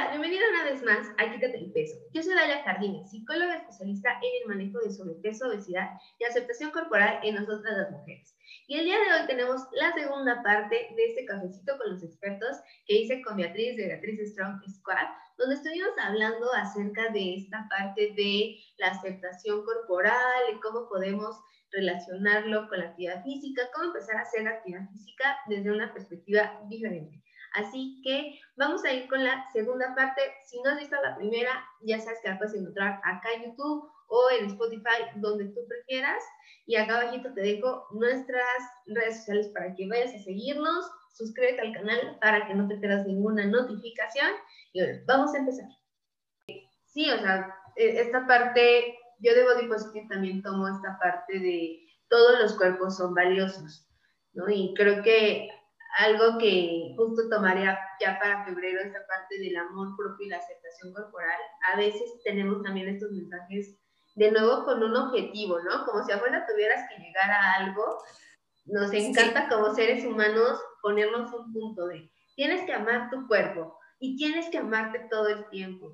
Bienvenida una vez más a Quítate el Peso. Yo soy Dalia Jardines, psicóloga especialista en el manejo de sobrepeso, obesidad y aceptación corporal en nosotras las mujeres. Y el día de hoy tenemos la segunda parte de este cafecito con los expertos que hice con Beatriz de Beatriz Strong Squad, donde estuvimos hablando acerca de esta parte de la aceptación corporal y cómo podemos relacionarlo con la actividad física, cómo empezar a hacer actividad física desde una perspectiva diferente. Así que vamos a ir con la segunda parte. Si no has visto la primera, ya sabes que la puedes encontrar acá en YouTube o en Spotify, donde tú prefieras. Y acá abajito te dejo nuestras redes sociales para que vayas a seguirnos. Suscríbete al canal para que no te pierdas ninguna notificación. Y bueno, vamos a empezar. Sí, o sea, esta parte, yo debo decir que también tomo esta parte de todos los cuerpos son valiosos, ¿no? Y creo que algo que justo tomaría ya para febrero, esta parte del amor propio y la aceptación corporal, a veces tenemos también estos mensajes de nuevo con un objetivo, ¿no? Como si afuera tuvieras que llegar a algo. Nos encanta como seres humanos ponernos un punto de, tienes que amar tu cuerpo y tienes que amarte todo el tiempo.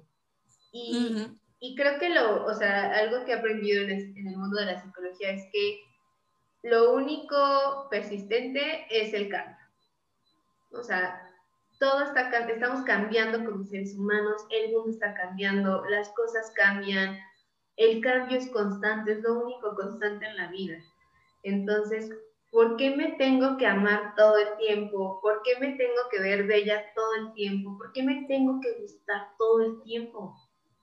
Y creo que algo que he aprendido en el mundo de la psicología es que lo único persistente es el cambio. O sea, estamos cambiando como seres humanos, el mundo está cambiando, las cosas cambian, el cambio es constante, es lo único constante en la vida. Entonces, ¿por qué me tengo que amar todo el tiempo? ¿Por qué me tengo que ver bella todo el tiempo? ¿Por qué me tengo que gustar todo el tiempo?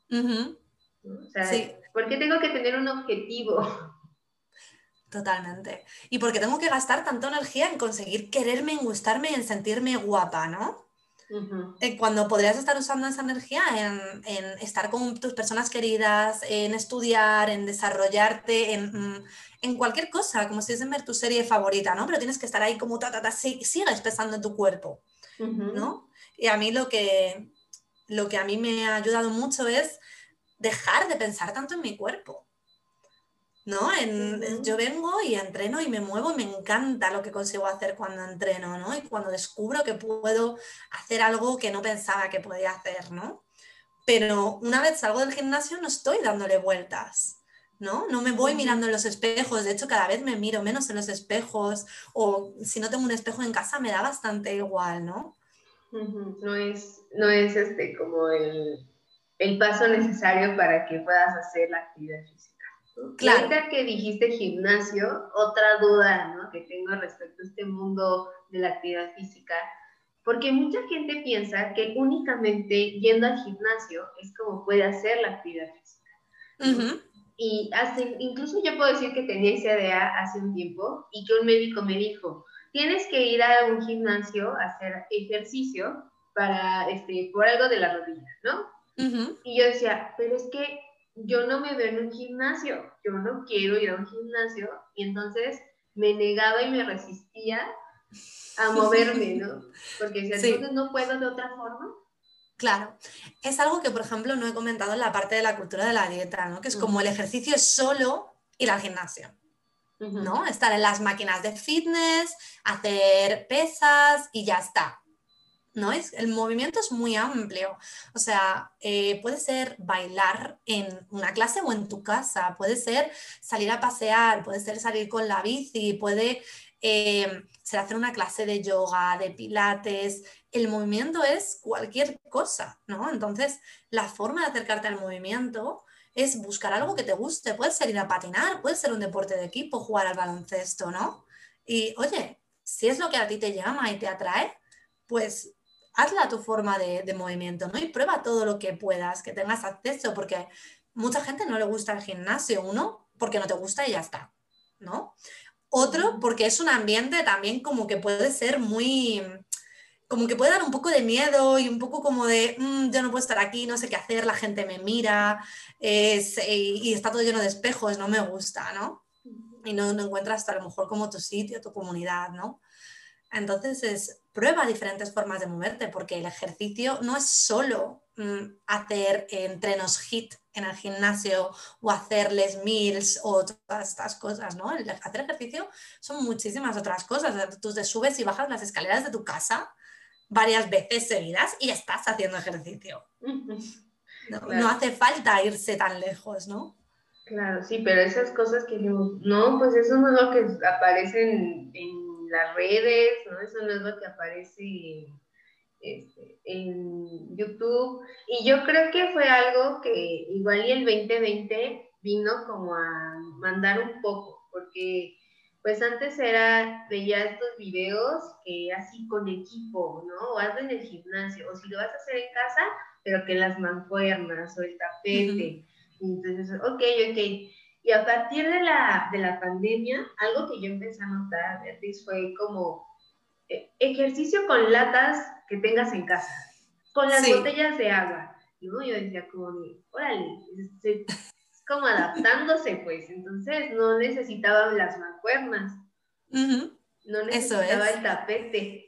O sea, sí. ¿Por qué tengo que tener un objetivo? Totalmente. Y porque tengo que gastar tanta energía en conseguir quererme, en gustarme y en sentirme guapa, ¿no? Cuando podrías estar usando esa energía en estar con tus personas queridas, en estudiar, en desarrollarte, en cualquier cosa, como si es en ver tu serie favorita, ¿no? Pero tienes que estar ahí como sigues pensando en tu cuerpo, ¿no? Y a mí lo que a mí me ha ayudado mucho es dejar de pensar tanto en mi cuerpo, ¿no? Yo vengo y entreno y me muevo y me encanta lo que consigo hacer cuando entreno, ¿no? Y cuando descubro que puedo hacer algo que no pensaba que podía hacer, ¿no? Pero una vez salgo del gimnasio no estoy dándole vueltas, ¿no? No me voy mirando en los espejos, de hecho cada vez me miro menos en los espejos, o si no tengo un espejo en casa me da bastante igual, ¿no? No es como el paso necesario para que puedas hacer la actividad física. Claro. Y ahorita que dijiste gimnasio, otra duda, ¿no?, que tengo respecto a este mundo de la actividad física, porque mucha gente piensa que únicamente yendo al gimnasio es como puede hacer la actividad física, ¿no? Y incluso yo puedo decir que tenía esa idea hace un tiempo y que un médico me dijo, tienes que ir a un gimnasio a hacer ejercicio para, por algo de la rodilla, ¿no? Y yo decía, pero es que yo no me veo en un gimnasio, yo no quiero ir a un gimnasio, y entonces me negaba y me resistía a moverme, ¿no? Porque decía, entonces no puedo de otra forma. Claro, es algo que, por ejemplo, no he comentado en la parte de la cultura de la dieta, ¿no? Que es como el ejercicio es solo ir al gimnasio, ¿no? Estar en las máquinas de fitness, hacer pesas y ya está, ¿no? El movimiento es muy amplio, o sea, puede ser bailar en una clase o en tu casa, puede ser salir a pasear, puede ser salir con la bici, puede ser hacer una clase de yoga, de pilates. El movimiento es cualquier cosa, ¿no? Entonces, la forma de acercarte al movimiento es buscar algo que te guste, puede ser ir a patinar, puede ser un deporte de equipo, jugar al baloncesto, ¿no? Y oye, si es lo que a ti te llama y te atrae, pues hazla tu forma de movimiento, ¿no? Y prueba todo lo que puedas, que tengas acceso, porque mucha gente no le gusta el gimnasio, uno, porque no te gusta y ya está, ¿no? Otro, porque es un ambiente también como que puede ser muy, como que puede dar un poco de miedo y un poco como de, yo no puedo estar aquí, no sé qué hacer, la gente me mira, y está todo lleno de espejos, no me gusta, ¿no? Y no encuentras a lo mejor como tu sitio, tu comunidad, ¿no? Entonces prueba diferentes formas de moverte, porque el ejercicio no es solo hacer entrenos HIIT en el gimnasio o hacerles meals o todas estas cosas, ¿no? El hacer ejercicio son muchísimas otras cosas. Tú te subes y bajas las escaleras de tu casa, varias veces seguidas y estás haciendo ejercicio. No, Claro. no hace falta irse tan lejos, ¿no? Claro, sí, pero esas cosas que no, pues eso no es lo que aparece en las redes, ¿no? Eso no es lo que aparece en YouTube. Y yo creo que fue algo que igual y el 2020 vino como a mandar un poco, porque pues antes veía estos videos que así con equipo, ¿no? O hazlo en el gimnasio, o si lo vas a hacer en casa, pero que las mancuernas o el tapete. Entonces, ok. Y a partir de la pandemia, algo que yo empecé a notar, Beatriz, fue como ejercicio con latas que tengas en casa, con las Sí. botellas de agua, ¿no? Yo decía como, órale, es como adaptándose, pues, entonces no necesitaba las mancuernas, no Eso necesitaba es. el tapete.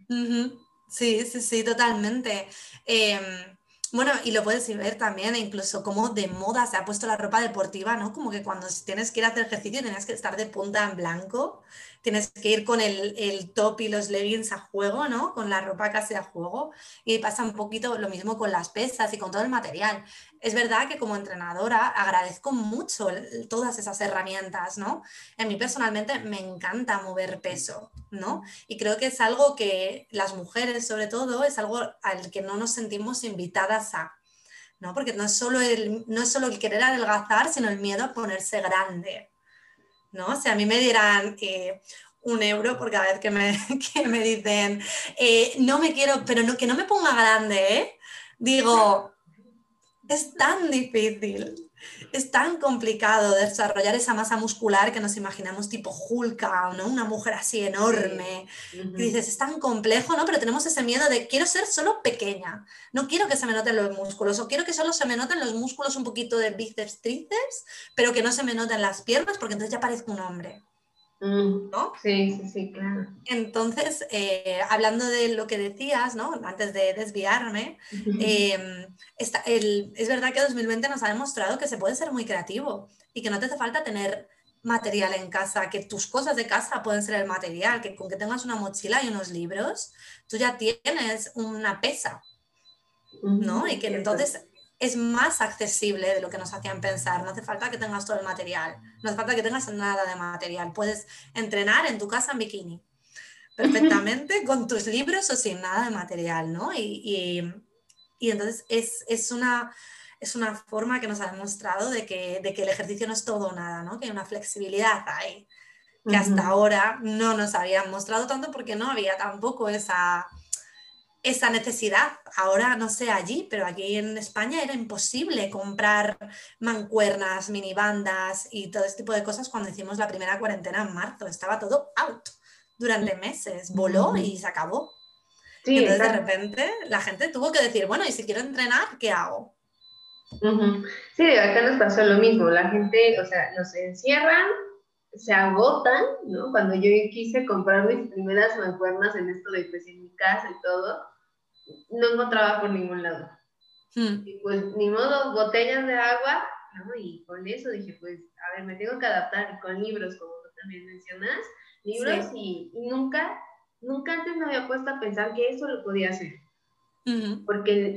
Sí, sí, sí, totalmente. Em, bueno, y lo puedes ver también, incluso como de moda se ha puesto la ropa deportiva, ¿no? Como que cuando tienes que ir a hacer ejercicio tienes que estar de punta en blanco, tienes que ir con el top y los leggings a juego, ¿no? Con la ropa casi a juego. Y pasa un poquito lo mismo con las pesas y con todo el material. Es verdad que como entrenadora agradezco mucho todas esas herramientas, ¿no? A mí personalmente me encanta mover peso, ¿no? Y creo que es algo que las mujeres, sobre todo, es algo al que no nos sentimos invitadas a, ¿no? Porque no es solo el querer adelgazar, sino el miedo a ponerse grande, ¿no? O sea, a mí me dirán 1 euro por cada vez que me dicen, no me quiero, pero no, que no me ponga grande, ¿eh? Digo, es tan difícil, es tan complicado desarrollar esa masa muscular que nos imaginamos tipo Hulk, ¿no? Una mujer así enorme. Sí. Y dices, es tan complejo, ¿no? Pero tenemos ese miedo de quiero ser solo pequeña, no quiero que se me noten los músculos, o quiero que solo se me noten los músculos un poquito de bíceps, tríceps, pero que no se me noten las piernas porque entonces ya parezco un hombre, ¿no? Sí, claro. Entonces, hablando de lo que decías, ¿no? Antes de desviarme, es verdad que 2020 nos ha demostrado que se puede ser muy creativo y que no te hace falta tener material en casa, que tus cosas de casa pueden ser el material, que con que tengas una mochila y unos libros, tú ya tienes una pesa, ¿no? Y que entonces es más accesible de lo que nos hacían pensar. No hace falta que tengas todo el material, no hace falta que tengas nada de material. Puedes entrenar en tu casa en bikini perfectamente con tus libros o sin nada de material, ¿no? Y entonces es una forma que nos ha demostrado de que el ejercicio no es todo o nada, ¿no? Que hay una flexibilidad ahí, que hasta ahora no nos habían mostrado tanto porque no había tampoco esa necesidad. Ahora no sé allí, pero aquí en España era imposible comprar mancuernas, minibandas y todo este tipo de cosas cuando hicimos la primera cuarentena en marzo. Estaba todo out durante meses, voló y se acabó. Y Sí, entonces de exacto. repente la gente tuvo que decir, bueno, y si quiero entrenar, ¿qué hago? Sí, acá nos pasó lo mismo. La gente, o sea, nos encierran, se agotan, ¿no? Cuando yo quise comprar mis primeras mancuernas en esto de pues en mi casa y todo, no encontraba por ningún lado. Y pues ni modo, botellas de agua, ¿no? Y con eso dije, pues, a ver, me tengo que adaptar y con libros, como tú también mencionas, libros Sí. y nunca antes me había puesto a pensar que eso lo podía hacer. Uh-huh. Porque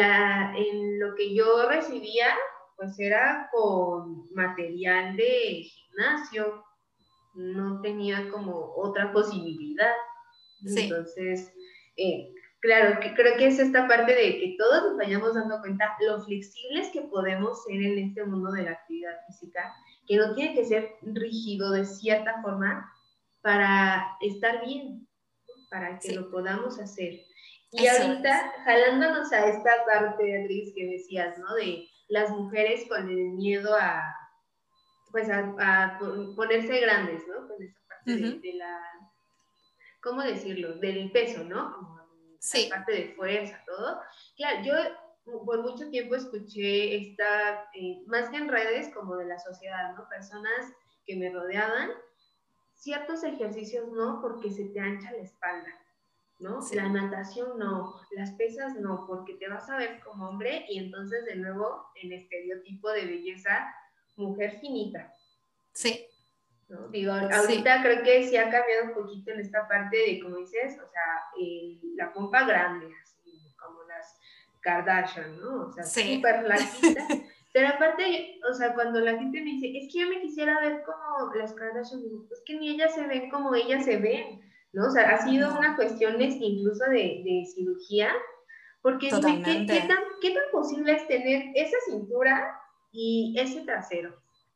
en lo que yo recibía, pues era con material de gimnasio, no tenía como otra posibilidad. Sí. Entonces, claro, que creo que es esta parte de que todos nos vayamos dando cuenta lo flexibles que podemos ser en este mundo de la actividad física, que no tiene que ser rígido de cierta forma para estar bien, para que Sí. lo podamos hacer. Y Eso es. ahorita, jalándonos a esta parte, Beatriz, que decías, ¿no? De las mujeres con el miedo pues a ponerse grandes, ¿no? Con esta parte Uh-huh. de la, ¿cómo decirlo? Del peso, ¿no? Como la Sí. parte de fuerza, todo. Claro, yo por mucho tiempo escuché esta, más que en redes, como de la sociedad, ¿no? Personas que me rodeaban, ciertos ejercicios no, porque se te ancha la espalda, ¿no? Sí. La natación no, las pesas no, porque te vas a ver como hombre y entonces de nuevo el estereotipo de belleza, mujer finita. Sí. ¿no? Digo, Sí. ahorita creo que sí ha cambiado un poquito en esta parte de, como dices, o sea, la pompa grande, así como las Kardashian, ¿no? O sea, Sí. súper flaquita. Pero aparte, o sea, cuando la gente me dice, es que yo me quisiera ver como las Kardashian, digo, es que ni ellas se ven como ellas se ven, ¿no? O sea, ha sido No, una cuestión incluso de cirugía, porque dime, totalmente. ¿qué tan posible es tener esa cintura y ese trasero?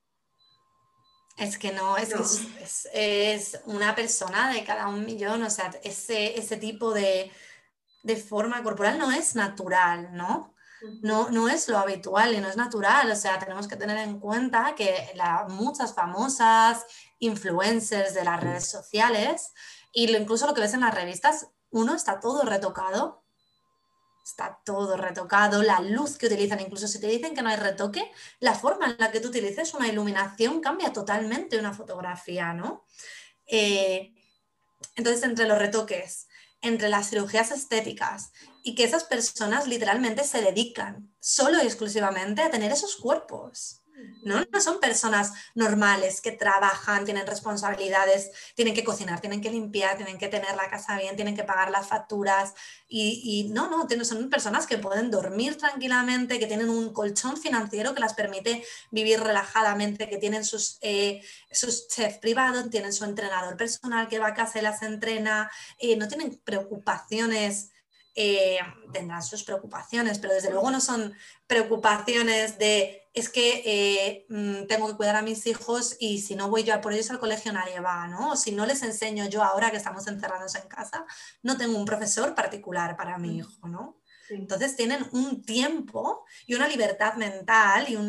Es que no, es que No. es una persona de cada 1 millón, o sea, ese tipo de forma corporal no es natural, ¿no? Uh-huh. No es lo habitual y no es natural, o sea, tenemos que tener en cuenta que muchas famosas influencers de las redes sociales y incluso lo que ves en las revistas, uno está todo retocado. Está todo retocado, la luz que utilizan, incluso si te dicen que no hay retoque, la forma en la que tú utilices una iluminación cambia totalmente una fotografía, ¿no? Eh, entonces, entre los retoques, entre las cirugías estéticas y que esas personas literalmente se dedican solo y exclusivamente a tener esos cuerpos. ¿No? No son personas normales que trabajan, tienen responsabilidades, tienen que cocinar, tienen que limpiar, tienen que tener la casa bien, tienen que pagar las facturas y no, son personas que pueden dormir tranquilamente, que tienen un colchón financiero que las permite vivir relajadamente, que tienen sus chefs privados, tienen su entrenador personal que va a casa y las entrena, no tienen preocupaciones, tendrán sus preocupaciones, pero desde luego no son preocupaciones de es que tengo que cuidar a mis hijos y si no voy yo a por ellos al colegio nadie va, ¿no? O si no les enseño yo ahora que estamos encerrados en casa, no tengo un profesor particular para mi hijo, ¿no? Sí. Entonces tienen un tiempo y una libertad mental y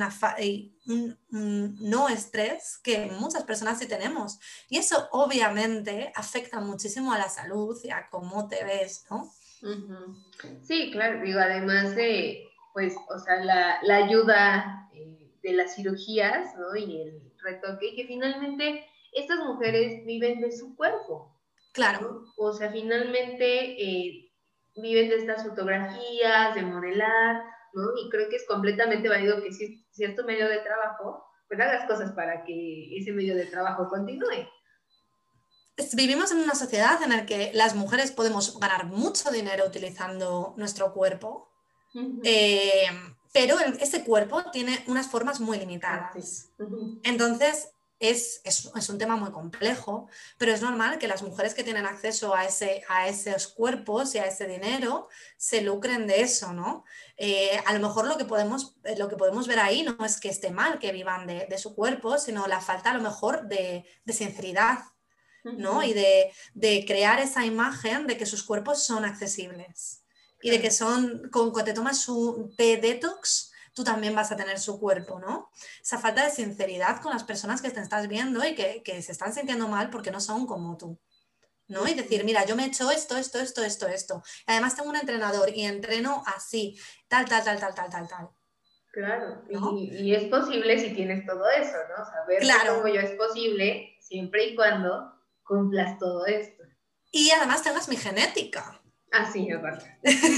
un no estrés que muchas personas sí tenemos. Y eso obviamente afecta muchísimo a la salud y a cómo te ves, ¿no? Uh-huh. Sí, claro, digo, además de, pues, o sea, la ayuda de las cirugías, ¿no? Y el retoque, que finalmente estas mujeres viven de su cuerpo, Claro, ¿no? O sea, finalmente viven de estas fotografías, de modelar, ¿no? Y creo que es completamente válido que si es tu medio de trabajo, pues hagas cosas para que ese medio de trabajo continúe. vivimos en una sociedad en la que las mujeres podemos ganar mucho dinero utilizando nuestro cuerpo, Uh-huh. eh, pero ese cuerpo tiene unas formas muy Ah, sí. limitadas. Uh-huh. Entonces, es un tema muy complejo, pero es normal que las mujeres que tienen acceso a esos cuerpos y a ese dinero se lucren de eso, ¿no? A lo mejor lo que podemos ver ahí no es que esté mal que vivan de su cuerpo, sino la falta a lo mejor de sinceridad, ¿no? Y Uh-huh. de crear esa imagen de que sus cuerpos son accesibles y de que Claro. con que te tomas su té detox, tú también vas a tener su cuerpo, ¿no? Esa falta de sinceridad con las personas que te estás viendo y que se están sintiendo mal porque no son como tú, ¿no? Y decir, Uh-huh. mira, yo me he hecho esto. Además tengo un entrenador y entreno así, tal, tal, tal, tal, tal, tal, tal, Claro, ¿no? y es posible si tienes todo eso, ¿no? Saberte como Claro. yo es posible siempre y cuando cumplas todo esto. Y además tengas mi genética. Así, aparte.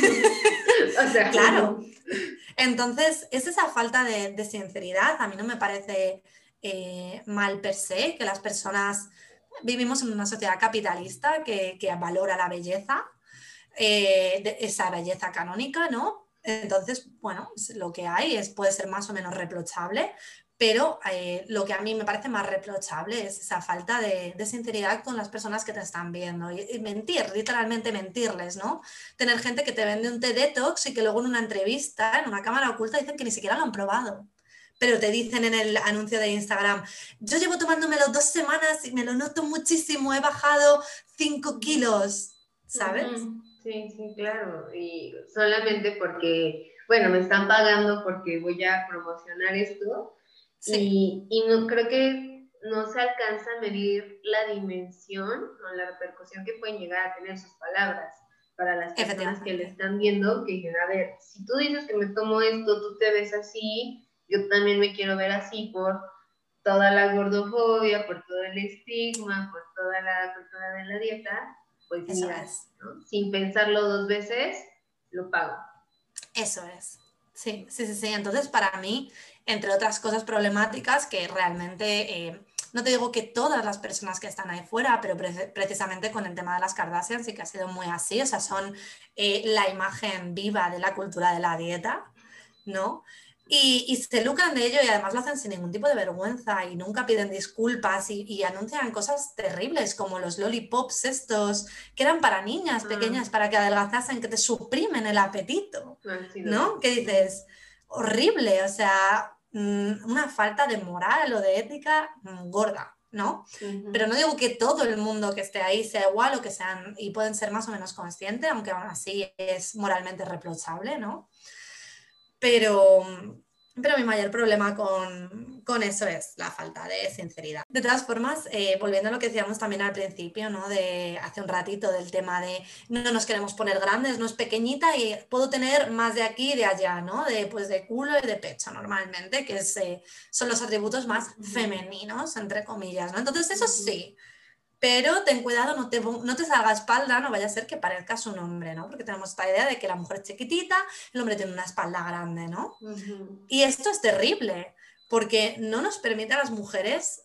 O sea, Claro. Entonces, es esa falta de sinceridad. A mí no me parece mal per se que las personas vivimos en una sociedad capitalista que valora la belleza, esa belleza canónica, ¿no? Entonces, bueno, lo que hay puede ser más o menos reprochable, pero lo que a mí me parece más reprochable es esa falta de sinceridad con las personas que te están viendo y mentir, literalmente mentirles, ¿no? Tener gente que te vende un té detox y que luego en una entrevista, en una cámara oculta, dicen que ni siquiera lo han probado. Pero te dicen en el anuncio de Instagram, yo llevo tomándomelo 2 semanas y me lo noto muchísimo, he bajado 5 kilos, ¿sabes? uh-huh. Sí, sí, claro. Y solamente porque, bueno, me están pagando porque voy a promocionar esto Sí, y no creo que no se alcanza a medir la dimensión o la repercusión que pueden llegar a tener sus palabras para las personas que le efectivamente. están viendo, que dicen, a ver, si tú dices que me tomo esto, tú te ves así, yo también me quiero ver así por toda la gordofobia, por todo el estigma, por toda la cultura de la dieta, pues Eso mira, es. ¿no? Sin pensarlo 2 veces, lo pago. Eso es. Sí. Entonces, para mí, entre otras cosas problemáticas que realmente No te digo que todas las personas que están ahí fuera, pero precisamente con el tema de las Kardashian sí que ha sido muy así, o sea, son la imagen viva de la cultura de la dieta, ¿no? Y se lucran de ello y además lo hacen sin ningún tipo de vergüenza y nunca piden disculpas y anuncian cosas terribles como los lollipops estos que eran para niñas pequeñas para que adelgazasen, que te suprimen el apetito, ¿no? Que dices, horrible, o sea, una falta de moral o de ética gorda, ¿no? Pero no digo que todo el mundo que esté ahí sea igual o que sean, y pueden ser más o menos conscientes, aunque aún así es moralmente reprochable, ¿no? Pero mi mayor problema con eso es la falta de sinceridad. De todas formas, volviendo a lo que decíamos también al principio, ¿no? De hace un ratito, del tema de no nos queremos poner grandes, no es pequeñita y puedo tener más de aquí y de allá, ¿no? Pues de culo y de pecho normalmente, que son los atributos más femeninos, entre comillas, ¿no? Entonces eso sí. Pero ten cuidado, no te salga espalda, no vaya a ser que parezcas un hombre, ¿no? Porque tenemos esta idea de que la mujer es chiquitita, el hombre tiene una espalda grande, ¿no? Y esto es terrible, porque no nos permite a las mujeres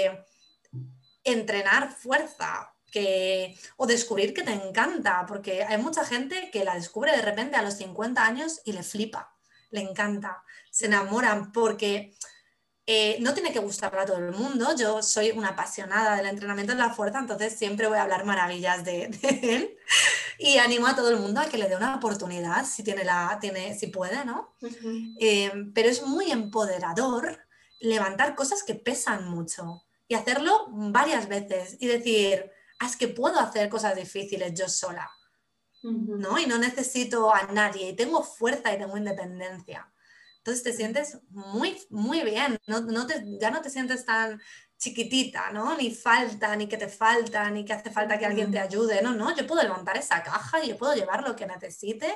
entrenar fuerza o descubrir que te encanta, porque hay mucha gente que la descubre de repente a los 50 años y le flipa, le encanta, se enamoran porque... no tiene que gustarle a todo el mundo. Yo soy una apasionada del entrenamiento de la fuerza, entonces siempre voy a hablar maravillas de él y animo a todo el mundo a que le dé una oportunidad si puede, ¿no? Pero es muy empoderador levantar cosas que pesan mucho y hacerlo varias veces y decir, es que puedo hacer cosas difíciles yo sola, ¿no? Y no necesito a nadie y tengo fuerza y tengo independencia. Entonces te sientes muy, muy bien, ya no te sientes tan chiquitita, ¿no? Ni que te falta, ni que hace falta que alguien te ayude, no, yo puedo levantar esa caja y yo puedo llevar lo que necesite.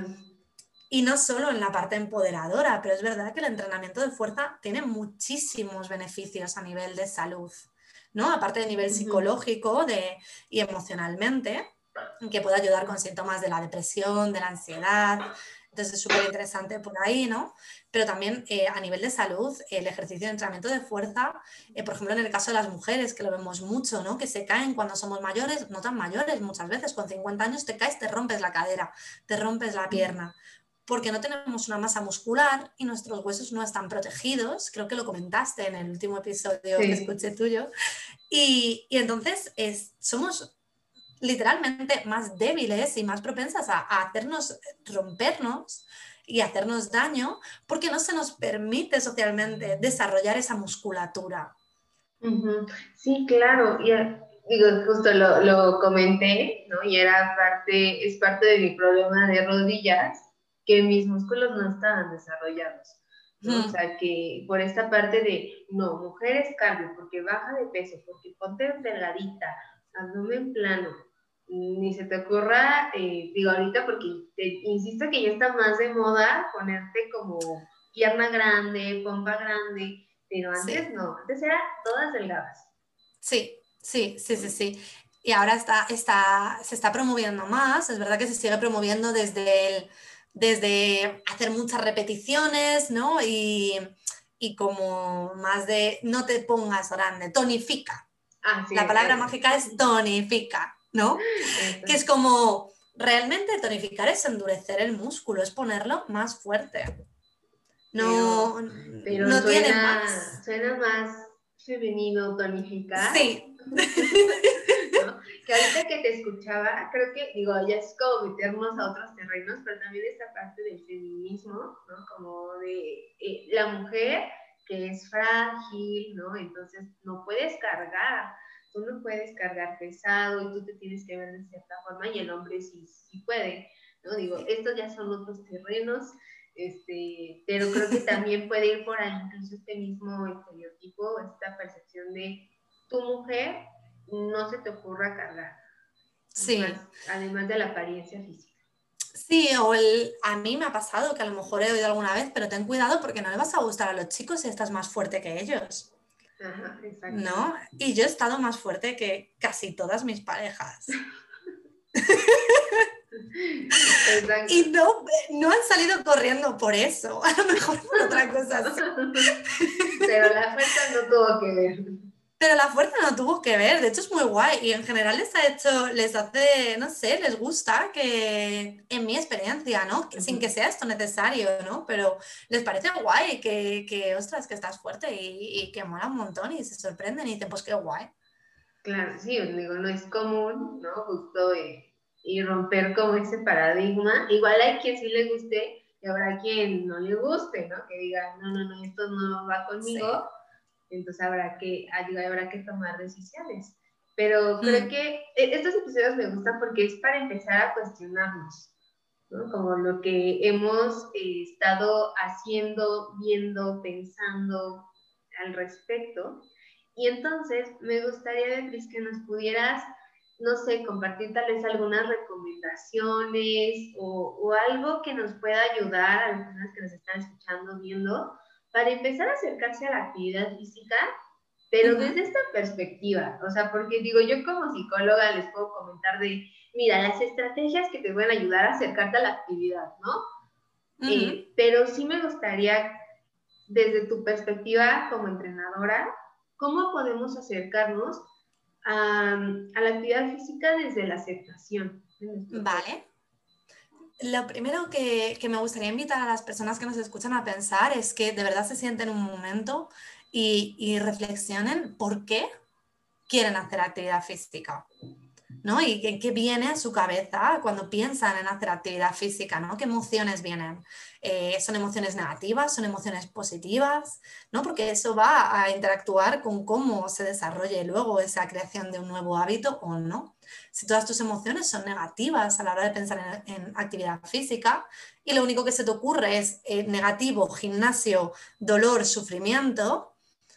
Y no solo en la parte empoderadora, pero es verdad que el entrenamiento de fuerza tiene muchísimos beneficios a nivel de salud, ¿no? Aparte de nivel psicológico y emocionalmente, que puede ayudar con síntomas de la depresión, de la ansiedad. Entonces es súper interesante por ahí, ¿no? Pero también a nivel de salud, el ejercicio de entrenamiento de fuerza, por ejemplo, en el caso de las mujeres, que lo vemos mucho, ¿no? Que se caen cuando somos mayores, no tan mayores muchas veces, con 50 años te caes, te rompes la cadera, te rompes la pierna, porque no tenemos una masa muscular y nuestros huesos no están protegidos, creo que lo comentaste en el último episodio que escuché tuyo, y entonces somos literalmente más débiles y más propensas a hacernos rompernos y hacernos daño porque no se nos permite socialmente desarrollar esa musculatura. Sí, claro, digo, justo lo comenté, ¿no? Y es parte de mi problema de rodillas, que mis músculos no estaban desarrollados, ¿no? O sea, que por esta parte de, no, mujeres cardio, porque baja de peso, porque ponte delgadita, abdomen plano, ni se te ocurra, digo ahorita porque insisto que ya está más de moda ponerte como pierna grande, pompa grande, pero antes no, antes eran todas delgadas. Sí. Y ahora se está promoviendo más, es verdad que se sigue promoviendo desde hacer muchas repeticiones, ¿no? Y como más de no te pongas grande, tonifica. Sí, la palabra mágica es tonifica, ¿no? Que es como, realmente tonificar es endurecer el músculo, es ponerlo más fuerte. Pero no tiene más. Suena más femenino tonificar. Sí. ¿No? Que ahorita que te escuchaba, creo que, digo, ya es como meternos a otros terrenos, pero también esta parte del feminismo, ¿no? Como de la mujer que es frágil, ¿no? Entonces no puedes cargar, tú no puedes cargar pesado y tú te tienes que ver de cierta forma y el hombre sí puede, ¿no? Digo, estos ya son otros terrenos, pero creo que también puede ir por ahí incluso este mismo estereotipo, esta percepción de tu mujer no se te ocurra cargar. Sí. Además de la apariencia física. Sí, a mí me ha pasado que a lo mejor he oído alguna vez, pero ten cuidado porque no le vas a gustar a los chicos si estás más fuerte que ellos. Ajá, exacto. ¿No? Y yo he estado más fuerte que casi todas mis parejas. Exacto. Y no han salido corriendo por eso, a lo mejor por otra cosa. Pero la fuerza no tuvo que ver. Pero la fuerza no tuvo que ver, de hecho es muy guay y en general les hace, no sé, les gusta que, en mi experiencia, ¿no? Sin que sea esto necesario, ¿no? Pero les parece guay ostras, que estás fuerte y que mola un montón y se sorprenden y dicen, pues qué guay. Claro, sí, digo, no es común, ¿no? Justo y romper como ese paradigma. Igual hay quien sí le guste y habrá quien no le guste, ¿no? Que diga, no, esto no va conmigo. Sí. Entonces habrá que tomar decisiones. Pero creo que estos episodios me gustan porque es para empezar a cuestionarnos, ¿no? Como lo que hemos estado haciendo, viendo, pensando al respecto. Y entonces me gustaría, Beatriz, que nos pudieras, no sé, compartir tal vez algunas recomendaciones o algo que nos pueda ayudar a las personas que nos están escuchando, viendo, para empezar a acercarse a la actividad física, pero desde esta perspectiva. O sea, porque digo, yo como psicóloga les puedo comentar de, mira, las estrategias que te pueden ayudar a acercarte a la actividad, ¿no? Pero sí me gustaría, desde tu perspectiva como entrenadora, ¿cómo podemos acercarnos a la actividad física desde la aceptación? Vale. Lo primero que me gustaría invitar a las personas que nos escuchan a pensar es que de verdad se sienten un momento y reflexionen por qué quieren hacer actividad física, ¿no? Y qué viene a su cabeza cuando piensan en hacer actividad física, ¿no? ¿Qué emociones vienen? ¿Son emociones negativas? ¿Son emociones positivas? ¿No? Porque eso va a interactuar con cómo se desarrolle luego esa creación de un nuevo hábito o no. Si todas tus emociones son negativas a la hora de pensar en actividad física y lo único que se te ocurre es negativo, gimnasio, dolor, sufrimiento,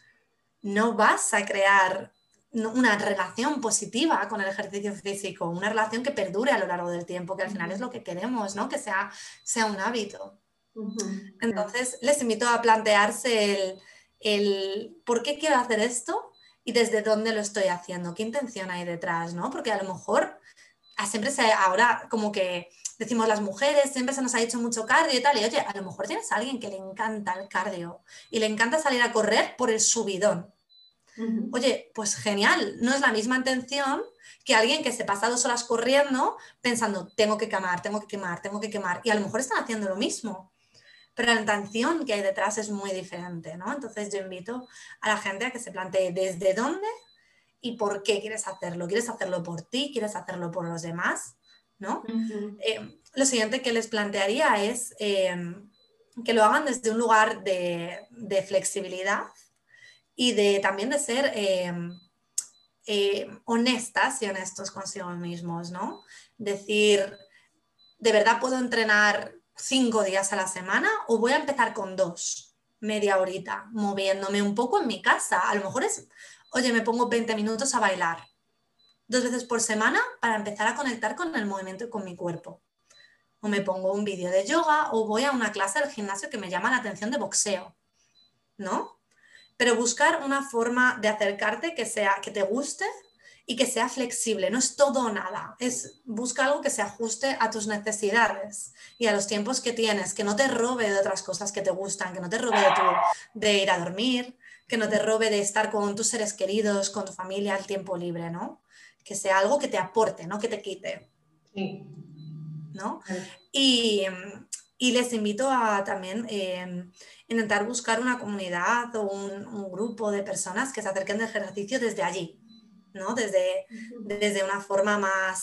no vas a crear una relación positiva con el ejercicio físico, una relación que perdure a lo largo del tiempo, que al final es lo que queremos, ¿no? Que sea un hábito. Entonces, les invito a plantearse el por qué quiero hacer esto y desde dónde lo estoy haciendo, qué intención hay detrás, ¿no? Porque a lo mejor ahora como que decimos las mujeres, siempre se nos ha dicho mucho cardio y tal, y oye, a lo mejor tienes a alguien que le encanta el cardio y le encanta salir a correr por el subidón. Oye, pues genial, no es la misma intención que alguien que se pasa 2 horas corriendo pensando, tengo que quemar, tengo que quemar, tengo que quemar, y a lo mejor están haciendo lo mismo, pero la intención que hay detrás es muy diferente, ¿no? Entonces yo invito a la gente a que se plantee desde dónde y por qué quieres hacerlo. ¿Quieres hacerlo por ti? ¿Quieres hacerlo por los demás? ¿No? Lo siguiente que les plantearía es que lo hagan desde un lugar de flexibilidad y también de ser honestas y honestos consigo mismos, ¿no? Decir, ¿de verdad puedo entrenar 5 días a la semana o voy a empezar con 2, media horita, moviéndome un poco en mi casa? A lo mejor oye, me pongo 20 minutos a bailar 2 veces por semana para empezar a conectar con el movimiento y con mi cuerpo. O me pongo un vídeo de yoga o voy a una clase del gimnasio que me llama la atención de boxeo, ¿no? Pero buscar una forma de acercarte que te guste y que sea flexible, no es todo o nada, busca algo que se ajuste a tus necesidades y a los tiempos que tienes, que no te robe de otras cosas que te gustan, que no te robe de ir a dormir, que no te robe de estar con tus seres queridos, con tu familia, el tiempo libre, ¿no? Que sea algo que te aporte, no que te quite. Sí. ¿No? Y les invito a también intentar buscar una comunidad o un grupo de personas que se acerquen del ejercicio desde allí, ¿no? Desde una forma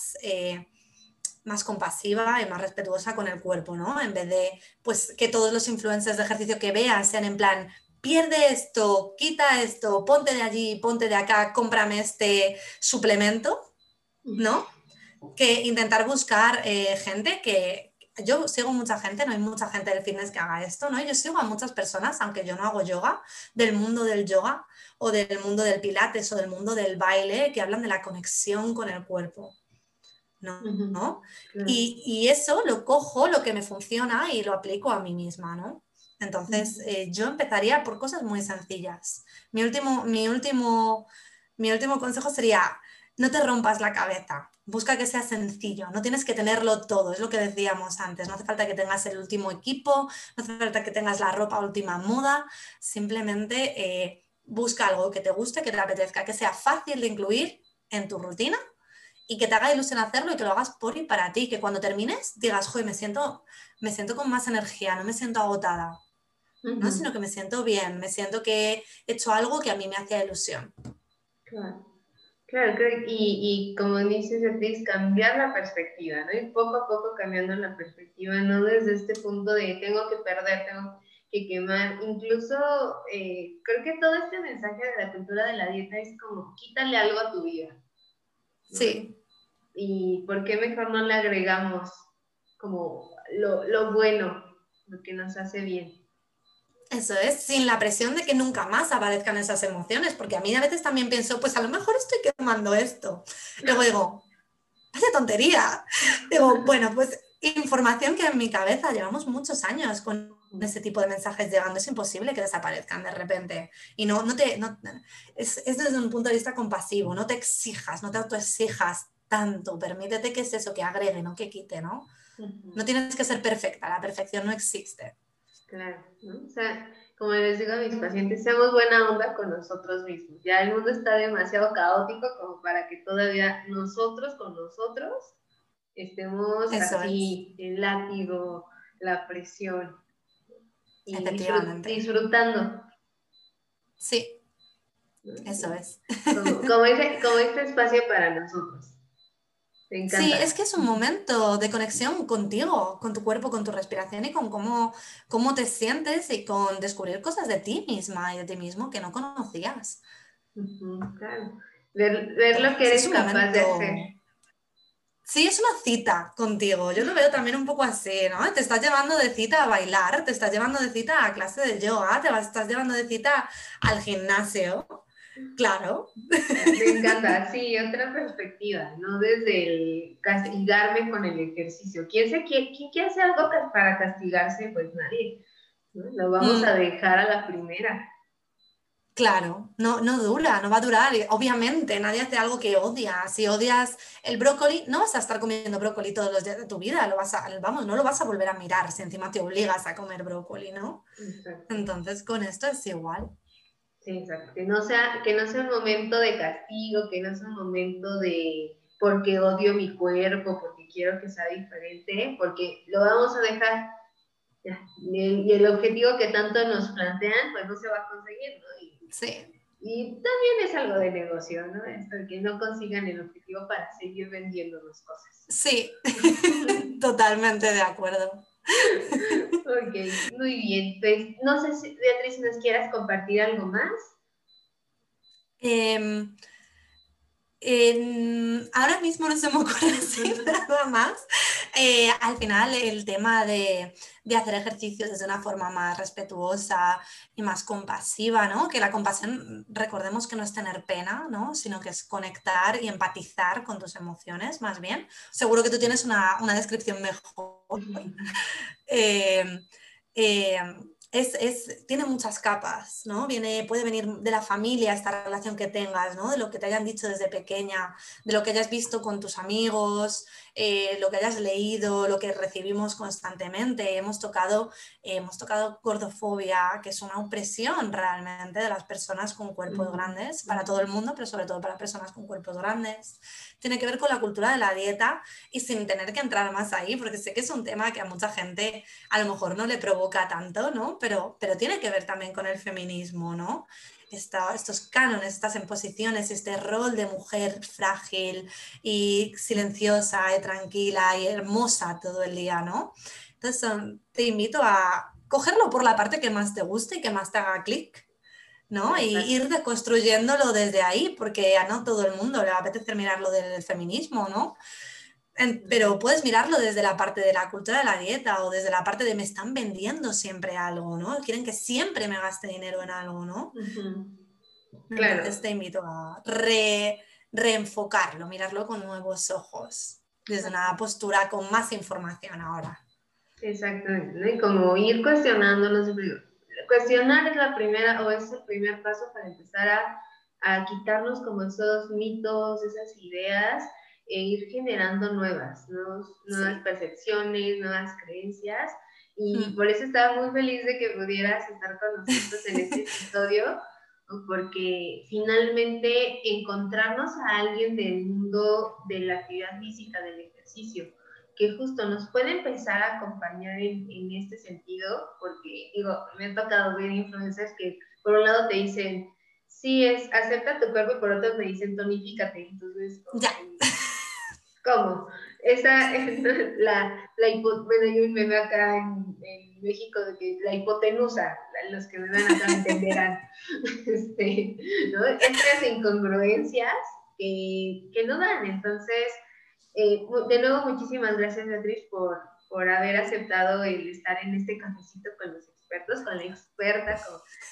más compasiva y más respetuosa con el cuerpo, ¿no? En vez de pues, que todos los influencers de ejercicio que vean sean en plan, pierde esto, quita esto, ponte de allí, ponte de acá, cómprame este suplemento, ¿no? Que intentar buscar gente que... Yo sigo mucha gente, no hay mucha gente del fitness que haga esto, ¿no? Yo sigo a muchas personas, aunque yo no hago yoga, del mundo del yoga o del mundo del pilates o del mundo del baile, que hablan de la conexión con el cuerpo, ¿no? ¿No? Claro. Y eso lo cojo, lo que me funciona y lo aplico a mí misma, ¿no? Entonces, yo empezaría por cosas muy sencillas. Mi último consejo sería, no te rompas la cabeza, busca que sea sencillo, no tienes que tenerlo todo, es lo que decíamos antes, no hace falta que tengas el último equipo, no hace falta que tengas la ropa última moda, simplemente busca algo que te guste, que te apetezca, que sea fácil de incluir en tu rutina y que te haga ilusión hacerlo y que lo hagas por y para ti, que cuando termines digas, joder, me siento con más energía, no me siento agotada, ¿no? Sino que me siento bien, me siento que he hecho algo que a mí me hacía ilusión. Claro. Claro, y como dices, Beatriz, cambiar la perspectiva, ¿no? Y poco a poco cambiando la perspectiva, no desde este punto de tengo que perder, tengo que quemar. Incluso creo que todo este mensaje de la cultura de la dieta es como quítale algo a tu vida, ¿no? Sí. Y ¿por qué mejor no le agregamos como lo bueno, lo que nos hace bien? Eso es, sin la presión de que nunca más aparezcan esas emociones, porque a mí a veces también pienso, pues a lo mejor estoy quemando esto. Luego digo, vaya tontería. Digo, bueno, pues información que en mi cabeza llevamos muchos años con ese tipo de mensajes llegando, es imposible que desaparezcan de repente. Y es desde un punto de vista compasivo, no te exijas, no te autoexijas tanto, permítete que es eso, que agregue, no que quite, ¿no? No tienes que ser perfecta, la perfección no existe. Claro, ¿no? O sea, como les digo a mis pacientes, seamos buena onda con nosotros mismos. Ya el mundo está demasiado caótico como para que todavía nosotros con nosotros estemos Eso es, así, el látigo, la presión y efectivamente. disfrutando, Sí, ¿no? eso es. Como este espacio para nosotros. Me Sí, es encanta. que es un momento de conexión contigo, con tu cuerpo, con tu respiración y con cómo te sientes y con descubrir cosas de ti misma y de ti mismo que no conocías. Claro. Ver lo que Entonces es eres un capaz de hacer. momento. Sí, es una cita contigo. Yo lo veo también un poco así, ¿no? Te estás llevando de cita a bailar, te estás llevando de cita a clase de yoga, estás llevando de cita al gimnasio. Claro. Me encanta, sí, otra perspectiva, no desde el castigarme con el ejercicio. ¿Quién quiere hacer algo para castigarse? Pues nadie, ¿no? Lo vamos a Mm. dejar a la primera. Claro, no dura, no va a durar. Obviamente, nadie hace algo que odia. Si odias el brócoli, no vas a estar comiendo brócoli todos los días de tu vida. Vamos, no lo vas a volver a mirar si encima te obligas a comer brócoli, ¿no? Exacto. Entonces, con esto es igual. Sí, exacto. Que no sea un momento de castigo, que no sea un momento de porque odio mi cuerpo, porque quiero que sea diferente, porque lo vamos a dejar. Ya. Y el objetivo que tanto nos plantean, pues no se va a conseguir, ¿no? Sí, Y también es algo de negocio, ¿no? Esto de que no consigan el objetivo para seguir vendiendo las cosas. sí, totalmente de acuerdo. Ok, muy bien. Pues no sé si, Beatriz, si nos quieras compartir algo más. Em, ahora mismo no se me ocurre así nada más. Al final, el tema de hacer ejercicios desde una forma más respetuosa y más compasiva, ¿no? Que la compasión, recordemos que no es tener pena, ¿no? Sino que es conectar y empatizar con tus emociones, más bien. Seguro que tú tienes una descripción mejor. Eh, eh, tiene muchas capas, ¿no? Puede venir de la familia esta relación que tengas, ¿no? De lo que te hayan dicho desde pequeña, de lo que hayas visto con tus amigos, lo que hayas leído, lo que recibimos constantemente. Hemos tocado gordofobia, que es una opresión realmente de las personas con cuerpos grandes, para todo el mundo, pero sobre todo para personas con cuerpos grandes. Tiene que ver con la cultura de la dieta y sin tener que entrar más ahí, porque sé que es un tema que a mucha gente a lo mejor no le provoca tanto, ¿no? Pero tiene que ver también con el feminismo, ¿no? Estos cánones, estas imposiciones, este rol de mujer frágil y silenciosa y tranquila y hermosa todo el día, ¿no? Entonces te invito a cogerlo por la parte que más te guste y que más te haga clic, ¿no? Y Exacto. ir deconstruyéndolo desde ahí, porque a no todo el mundo le va a apetecer mirarlo del feminismo, ¿no? Pero puedes mirarlo desde la parte de la cultura de la dieta o desde la parte de me están vendiendo siempre algo, ¿no? Quieren que siempre me gaste dinero en algo, ¿no? Entonces Claro, te invito a reenfocarlo, mirarlo con nuevos ojos, desde una postura con más información ahora. exactamente, ¿no? Y como ir cuestionándonos, cuestionar es la primera o es el primer paso para empezar a quitarnos como esos mitos, esas ideas e ir generando nuevas Sí. percepciones, nuevas creencias. Y Mm. por eso estaba muy feliz de que pudieras estar con nosotros en este episodio, ¿no? Porque finalmente encontrarnos a alguien del mundo de la actividad física, del ejercicio, que justo nos puede empezar a acompañar en este sentido, porque digo, me ha tocado ver influencers que por un lado te dicen, sí, acepta tu cuerpo, y por otro me dicen, tonifícate. Entonces, Ya. ¿cómo? Esa es bueno, yo me veo acá en México de que la hipotenusa, los que me van acá entenderán, ¿no? Estas incongruencias que no dan. Entonces, de nuevo, muchísimas gracias, Beatriz, por haber aceptado el estar en este cafecito con los expertos, con la experta,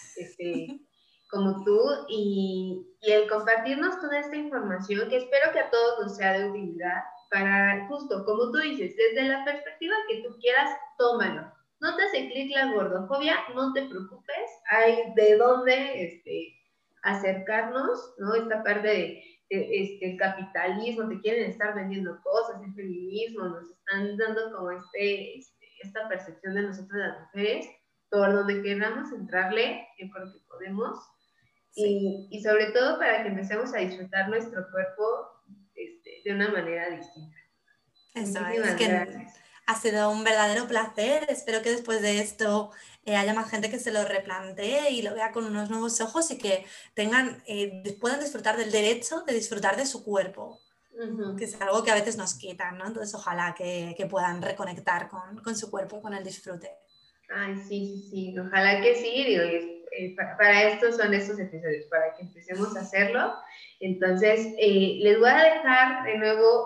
como tú, y el compartirnos toda esta información, que espero que a todos nos sea de utilidad, para justo, como tú dices, desde la perspectiva que tú quieras, tómalo. No te hace clic la gordofobia, no te preocupes, hay de dónde acercarnos, ¿no? Esta parte de el capitalismo, te quieren estar vendiendo cosas, el feminismo, nos están dando como esta percepción de nosotros las mujeres, por donde queramos entrarle, porque podemos, sí. Y sobre todo para que empecemos a disfrutar nuestro cuerpo de una manera distinta. Eso Muchísimas es que gracias. ha sido un verdadero placer. Espero que después de esto haya más gente que se lo replantee y lo vea con unos nuevos ojos y que puedan disfrutar del derecho de disfrutar de su cuerpo, que es algo que a veces nos quitan, ¿no? Entonces ojalá que puedan reconectar con su cuerpo, con el disfrute. Ay, sí, ojalá que sí, digo, para esto son estos episodios, para que empecemos a hacerlo. Entonces, les voy a dejar de nuevo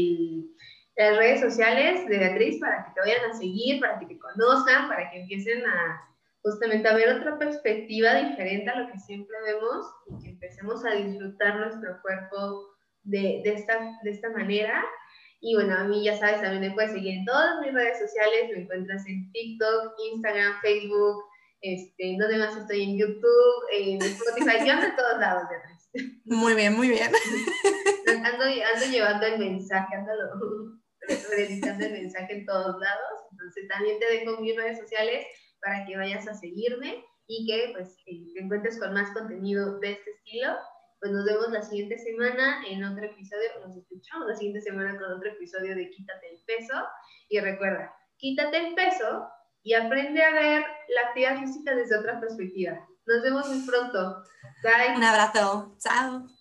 las redes sociales de Beatriz para que te vayan a seguir, para que te conozcan, para que empiecen justamente a ver otra perspectiva diferente a lo que siempre vemos y que empecemos a disfrutar nuestro cuerpo de esta manera. Y bueno, a mí ya sabes, también me puedes seguir en todas mis redes sociales, me encuentras en TikTok, Instagram, Facebook, ¿dónde más estoy? En YouTube, en Spotify, yo ando en todos lados, Beatriz. Muy bien, muy bien. Ando llevando el mensaje, ando realizando el mensaje en todos lados, entonces también te dejo mis redes sociales para que vayas a seguirme y que pues te encuentres con más contenido de este estilo. Pues nos vemos la siguiente semana en otro episodio, nos escuchamos la siguiente semana con otro episodio de Quítate el Peso. Y recuerda, quítate el peso y aprende a ver la actividad física desde otra perspectiva. Nos vemos muy pronto. Bye. Un abrazo. Chao.